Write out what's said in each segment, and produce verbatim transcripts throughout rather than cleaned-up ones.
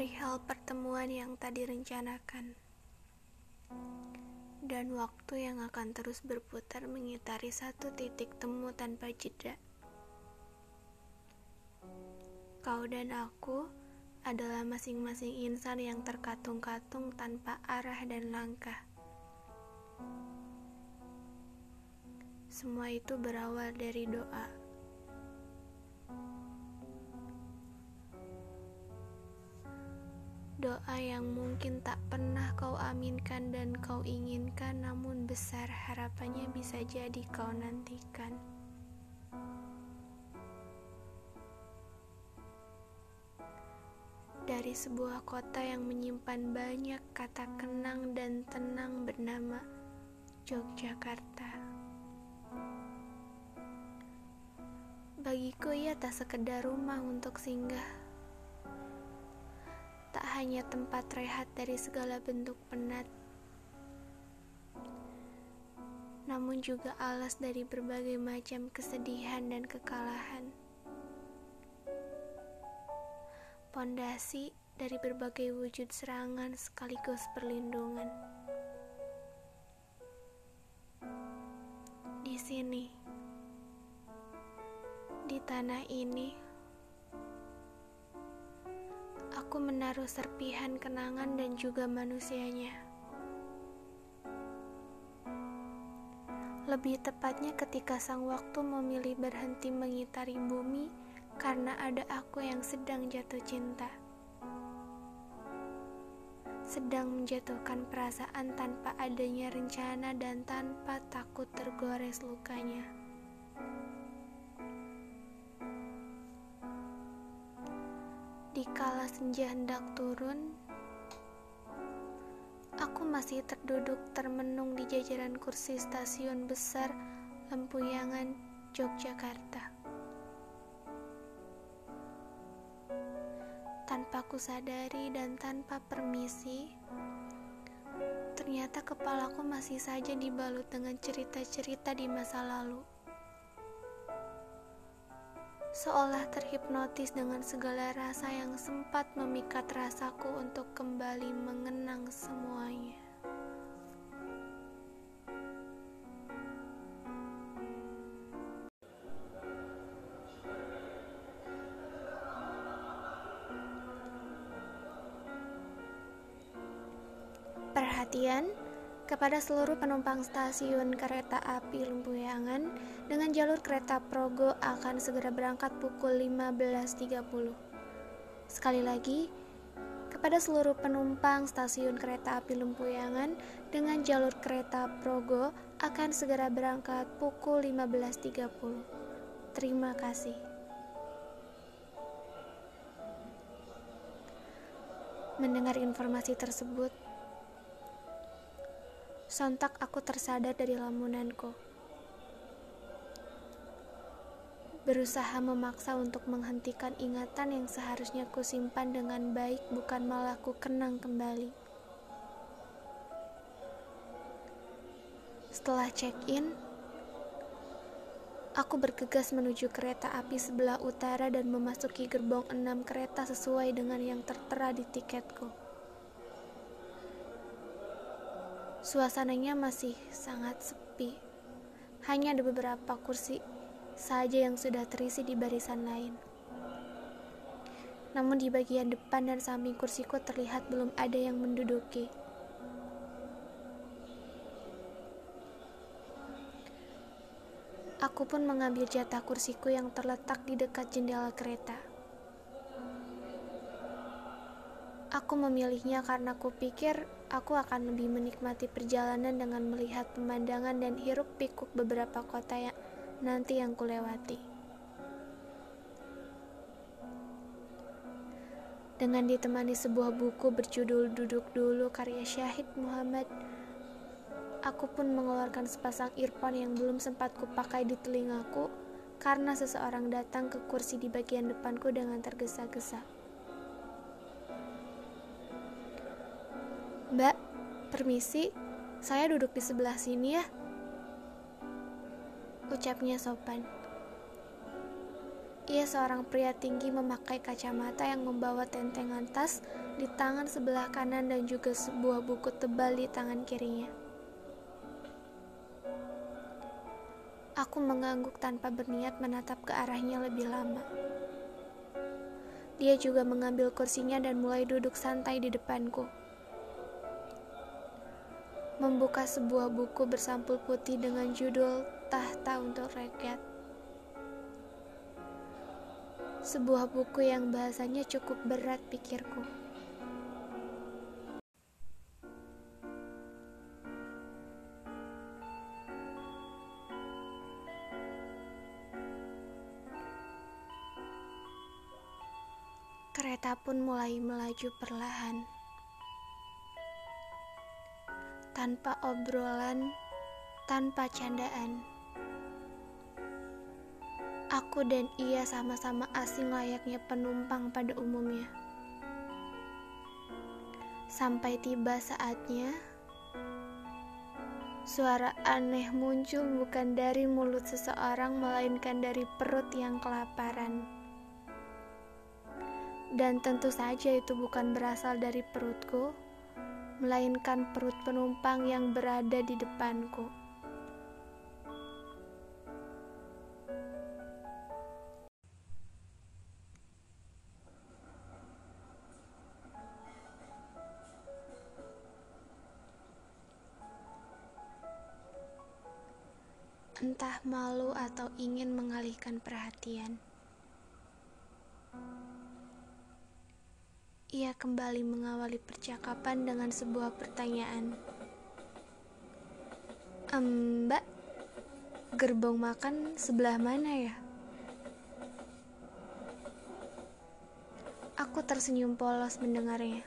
perihal pertemuan yang tak direncanakan, dan waktu yang akan terus berputar mengitari satu titik temu tanpa jeda. Kau dan aku adalah masing-masing insan yang terkatung-katung tanpa arah dan langkah. Semua itu berawal dari doa. Doa yang mungkin tak pernah kau aminkan dan kau inginkan, namun besar harapannya bisa jadi kau nantikan. Dari sebuah kota yang menyimpan banyak kata kenang dan tenang bernama Yogyakarta. Bagiku ia tak sekedar rumah untuk singgah, tak hanya tempat rehat dari segala bentuk penat, namun juga alas dari berbagai macam kesedihan dan kekalahan. Pondasi dari berbagai wujud serangan sekaligus perlindungan. Di sini, di tanah ini, aku menaruh serpihan kenangan dan juga manusianya. Lebih tepatnya ketika sang waktu memilih berhenti mengitari bumi karena ada aku yang sedang jatuh cinta. Sedang menjatuhkan perasaan tanpa adanya rencana dan tanpa takut tergores lukanya. Dikala senja hendak turun, aku masih terduduk termenung di jajaran kursi stasiun besar Lempuyangan, Yogyakarta. Tanpa kusadari dan tanpa permisi, ternyata kepalaku masih saja dibalut dengan cerita-cerita di masa lalu. Seolah terhipnotis dengan segala rasa yang sempat memikat rasaku untuk kembali mengenang semuanya. Perhatian kepada seluruh penumpang stasiun kereta api Lempuyangan dengan jalur kereta Progo akan segera berangkat pukul lima belas tiga puluh. Sekali lagi, kepada seluruh penumpang stasiun kereta api Lempuyangan dengan jalur kereta Progo akan segera berangkat pukul lima belas tiga puluh. Terima kasih. Mendengar informasi tersebut, sontak aku tersadar dari lamunanku. Berusaha memaksa untuk menghentikan ingatan yang seharusnya kusimpan dengan baik, bukan malah ku kenang kembali. Setelah check-in, aku bergegas menuju kereta api sebelah utara dan memasuki gerbong enam kereta sesuai dengan yang tertera di tiketku. Suasananya masih sangat sepi. Hanya ada beberapa kursi saja yang sudah terisi di barisan lain. Namun di bagian depan dan samping kursiku terlihat belum ada yang menduduki. Aku pun mengambil jatah kursiku yang terletak di dekat jendela kereta. Aku memilihnya karena kupikir aku akan lebih menikmati perjalanan dengan melihat pemandangan dan hiruk-pikuk beberapa kota yang nanti yang kulewati. Dengan ditemani sebuah buku berjudul Duduk Dulu karya Syahid Muhammad, aku pun mengeluarkan sepasang earphone yang belum sempat kupakai di telingaku karena seseorang datang ke kursi di bagian depanku dengan tergesa-gesa. "Mbak, permisi, saya duduk di sebelah sini ya," ucapnya sopan. Ia seorang pria tinggi memakai kacamata yang membawa tentengan tas di tangan sebelah kanan dan juga sebuah buku tebal di tangan kirinya. Aku mengangguk tanpa berniat menatap ke arahnya lebih lama. Dia juga mengambil kursinya dan mulai duduk santai di depanku. Membuka sebuah buku bersampul putih dengan judul Tahta untuk Rakyat. Sebuah buku yang bahasanya cukup berat, pikirku. Kereta pun mulai melaju perlahan. Tanpa obrolan, tanpa candaan. Aku dan ia sama-sama asing layaknya penumpang pada umumnya. Sampai tiba saatnya, suara aneh muncul bukan dari mulut seseorang, melainkan dari perut yang kelaparan. Dan tentu saja itu bukan berasal dari perutku, melainkan perut penumpang yang berada di depanku. Entah malu atau ingin mengalihkan perhatian, ia kembali mengawali percakapan dengan sebuah pertanyaan. Mbak, gerbong makan sebelah mana ya? Aku tersenyum polos mendengarnya.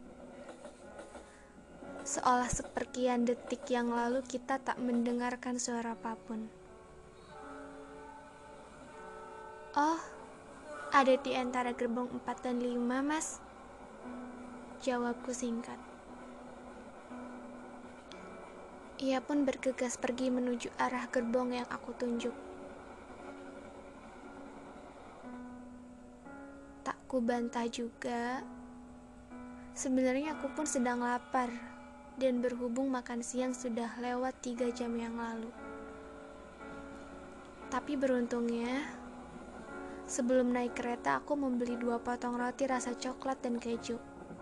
Seolah seperkian detik yang lalu kita tak mendengarkan suara apapun. Oh, ada di antara gerbong empat dan lima, Mas. Jawabku singkat. Ia pun bergegas pergi menuju arah gerbong yang aku tunjuk. Tak kubantah juga. Sebenarnya aku pun sedang lapar. Dan berhubung makan siang sudah lewat tiga jam yang lalu. Tapi beruntungnya, sebelum naik kereta aku membeli dua potong roti rasa coklat dan keju.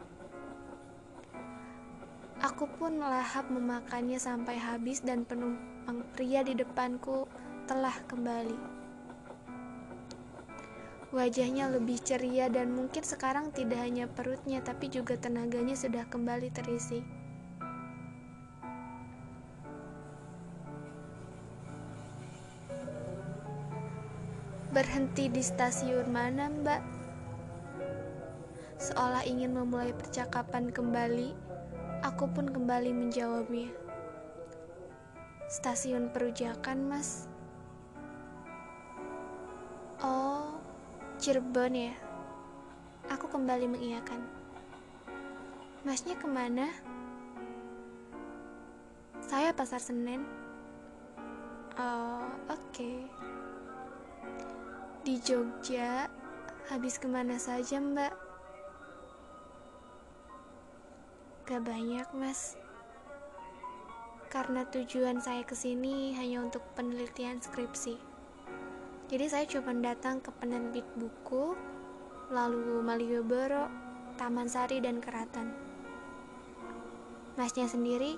Aku pun lahap memakannya sampai habis dan penumpang pria di depanku telah kembali. Wajahnya lebih ceria dan mungkin sekarang tidak hanya perutnya tapi juga tenaganya sudah kembali terisi. Berhenti di stasiun mana, Mbak? Seolah ingin memulai percakapan kembali, aku pun kembali menjawabnya. Stasiun Perujakan, Mas. Oh, Cirebon ya? Aku kembali mengiyakan. Masnya kemana? Saya Pasar Senen. Oh, oke. Okay. Di Jogja, habis kemana saja, Mbak? Gak banyak, Mas. Karena tujuan saya kesini hanya untuk penelitian skripsi. Jadi saya cuma datang ke penerbit buku, lalu Malioboro, Taman Sari, dan Keraton. Masnya sendiri?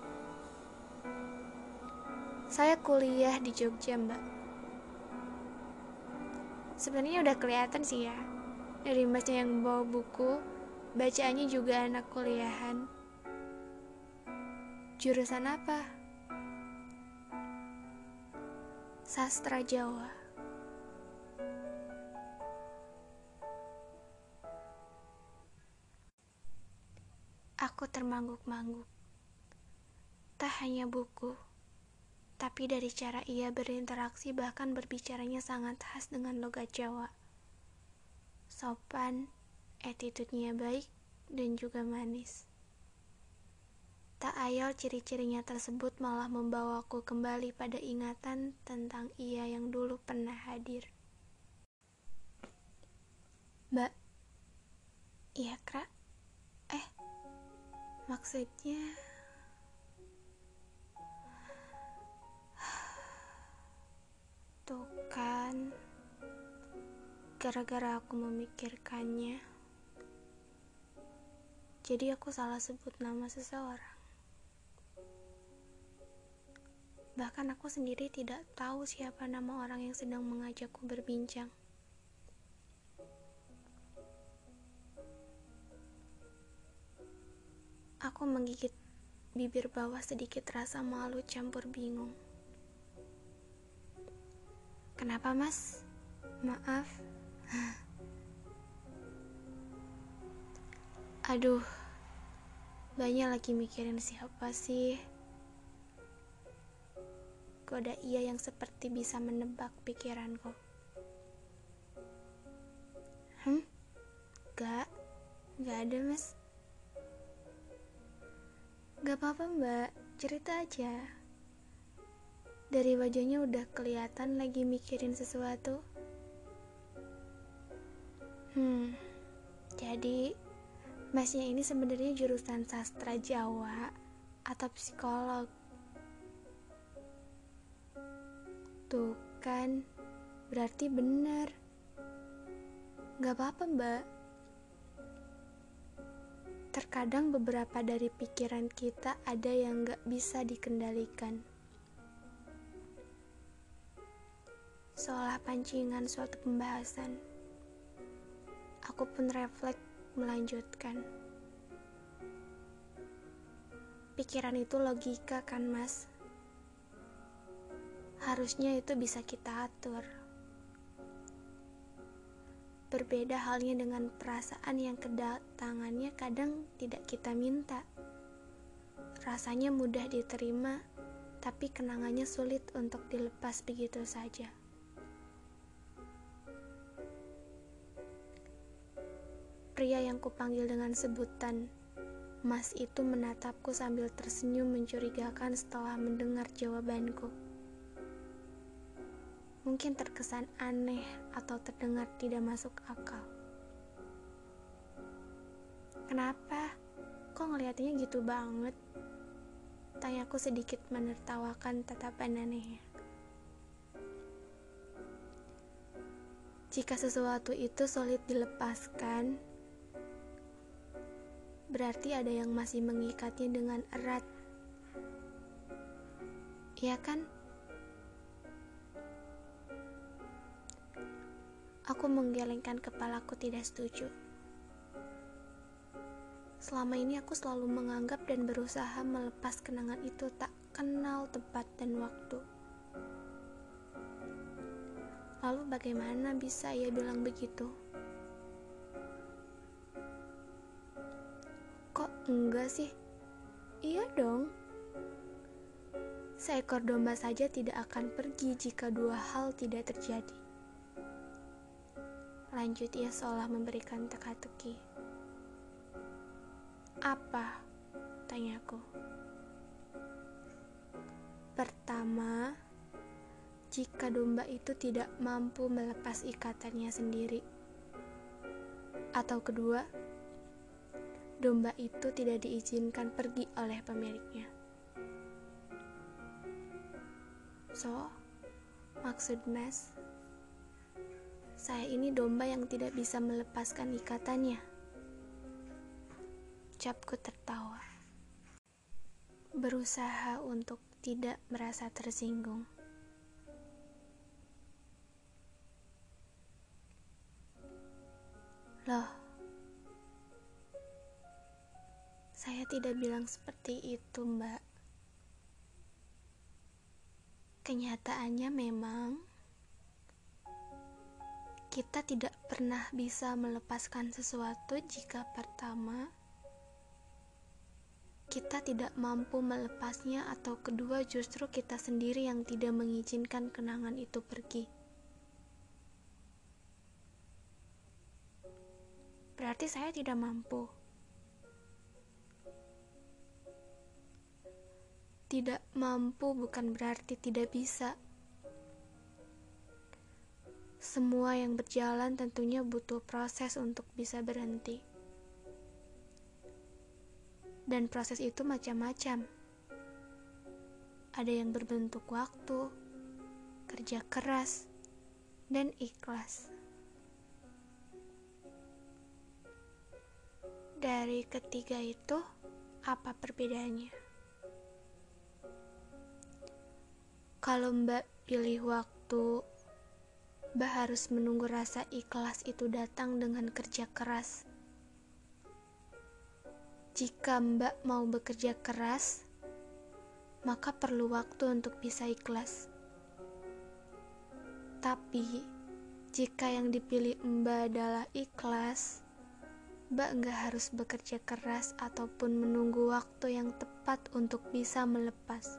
Saya kuliah di Jogja, Mbak. Sebenarnya udah kelihatan sih ya, dari masnya yang bawa buku, bacaannya juga anak kuliahan. Jurusan apa? Sastra Jawa. Aku termangguk-mangguk. Tak hanya buku, tapi dari cara ia berinteraksi bahkan berbicaranya sangat khas dengan logat Jawa. Sopan, attitude-nya baik, dan juga manis. Tak ayal ciri-cirinya tersebut malah membawaku kembali pada ingatan tentang ia yang dulu pernah hadir. Mbak, iya kak. Eh, maksudnya tuh kan, gara-gara aku memikirkannya, jadi aku salah sebut nama seseorang. Bahkan aku sendiri tidak tahu siapa nama orang yang sedang mengajakku berbincang. Aku menggigit bibir bawah sedikit rasa malu campur bingung. Kenapa, Mas? Maaf. Aduh, banyak lagi mikirin siapa sih. Goda ia yang seperti bisa menebak pikiranku. Hmm? Gak, gak ada, Mas. Gak apa-apa, Mbak, cerita aja. Dari wajahnya udah kelihatan lagi mikirin sesuatu. Hmm, jadi Masnya ini sebenarnya jurusan sastra Jawa atau psikolog? Tuh kan, berarti benar. Gak apa-apa, Mbak. Terkadang beberapa dari pikiran kita ada yang gak bisa dikendalikan. Seolah pancingan suatu pembahasan. Aku pun refleks melanjutkan. Pikiran itu logika kan, Mas? Harusnya itu bisa kita atur. Berbeda halnya dengan perasaan yang kedatangannya kadang tidak kita minta. Rasanya mudah diterima, tapi kenangannya sulit untuk dilepas begitu saja. Pria yang kupanggil dengan sebutan Mas itu menatapku sambil tersenyum mencurigakan setelah mendengar jawabanku. Mungkin terkesan aneh atau terdengar tidak masuk akal. Kenapa? Kok ngeliatnya gitu banget? Tanyaku sedikit menertawakan tatapan anehnya. Jika sesuatu itu sulit dilepaskan, berarti ada yang masih mengikatnya dengan erat. Iya kan? Aku menggelengkan kepalaku tidak setuju. Selama ini aku selalu menganggap dan berusaha melepas kenangan itu tak kenal tempat dan waktu. Lalu bagaimana bisa ia bilang begitu? Kok enggak sih? Iya dong. Seekor domba saja tidak akan pergi jika dua hal tidak terjadi. Lanjut ia seolah memberikan teka-teki. Apa? Tanyaku. Pertama, jika domba itu tidak mampu melepas ikatannya sendiri. Atau kedua, domba itu tidak diizinkan pergi oleh pemiliknya. So, maksud Mas, saya ini domba yang tidak bisa melepaskan ikatannya. Ucapku tertawa. Berusaha untuk tidak merasa tersinggung. Loh, saya tidak bilang seperti itu, Mbak. Kenyataannya memang kita tidak pernah bisa melepaskan sesuatu jika pertama, kita tidak mampu melepasnya, atau kedua justru kita sendiri yang tidak mengizinkan kenangan itu pergi. Berarti saya tidak mampu. Tidak mampu bukan berarti tidak bisa. semua yang berjalan tentunya butuh proses untuk bisa berhenti. Dan proses itu macam-macam. Ada yang berbentuk waktu, kerja keras, dan ikhlas. Dari ketiga itu, apa perbedaannya? Kalau Mbak pilih waktu, Mbak harus menunggu rasa ikhlas itu datang dengan kerja keras. Jika Mbak mau bekerja keras, maka perlu waktu untuk bisa ikhlas. Tapi, jika yang dipilih Mbak adalah ikhlas, Mbak nggak harus bekerja keras ataupun menunggu waktu yang tepat untuk bisa melepas.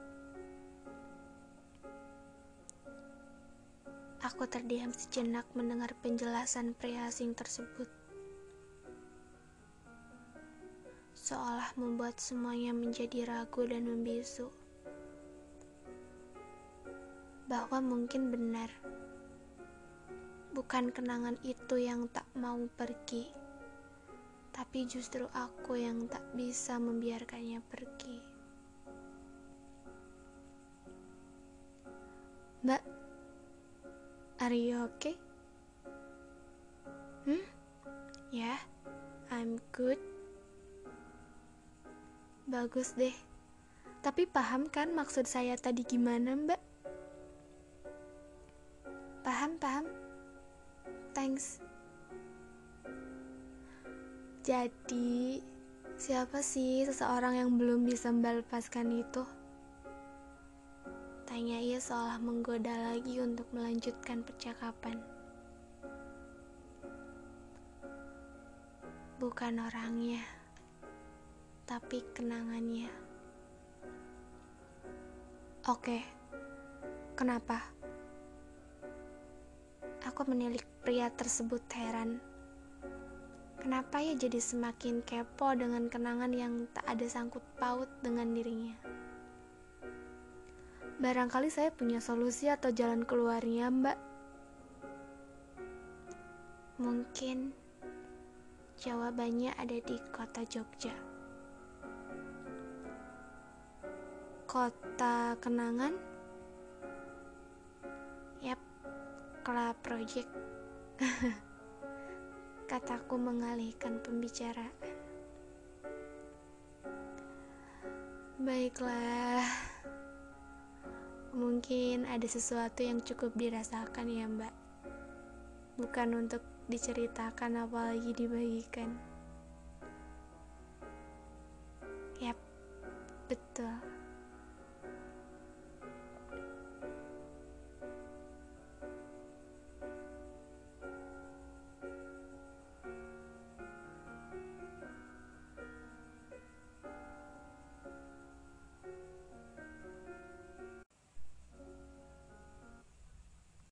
Aku terdiam sejenak mendengar penjelasan pria asing tersebut. Seolah membuat semuanya menjadi ragu dan membisu. Bahwa mungkin benar, bukan kenangan itu yang tak mau pergi, tapi justru aku yang tak bisa membiarkannya pergi. Mbak, are you okay? Hmm? Ya, yeah, I'm good. Bagus deh. Tapi paham kan maksud saya tadi gimana, Mbak? Paham, paham. Thanks. Jadi, siapa sih seseorang yang belum bisa Mbak lepaskan itu? Tanya ia seolah menggoda lagi untuk melanjutkan percakapan. Bukan orangnya, tapi kenangannya. Oke, kenapa? Aku menilik pria tersebut heran. Kenapa ia jadi semakin kepo dengan kenangan yang tak ada sangkut paut dengan dirinya? Barangkali saya punya solusi atau jalan keluarnya, Mbak. Mungkin jawabannya ada di kota Jogja. Kota kenangan? Yap, Club Project. Kataku mengalihkan pembicaraan. Baiklah, mungkin ada sesuatu yang cukup dirasakan ya, Mbak. Bukan untuk diceritakan apalagi dibagikan. Yap, betul.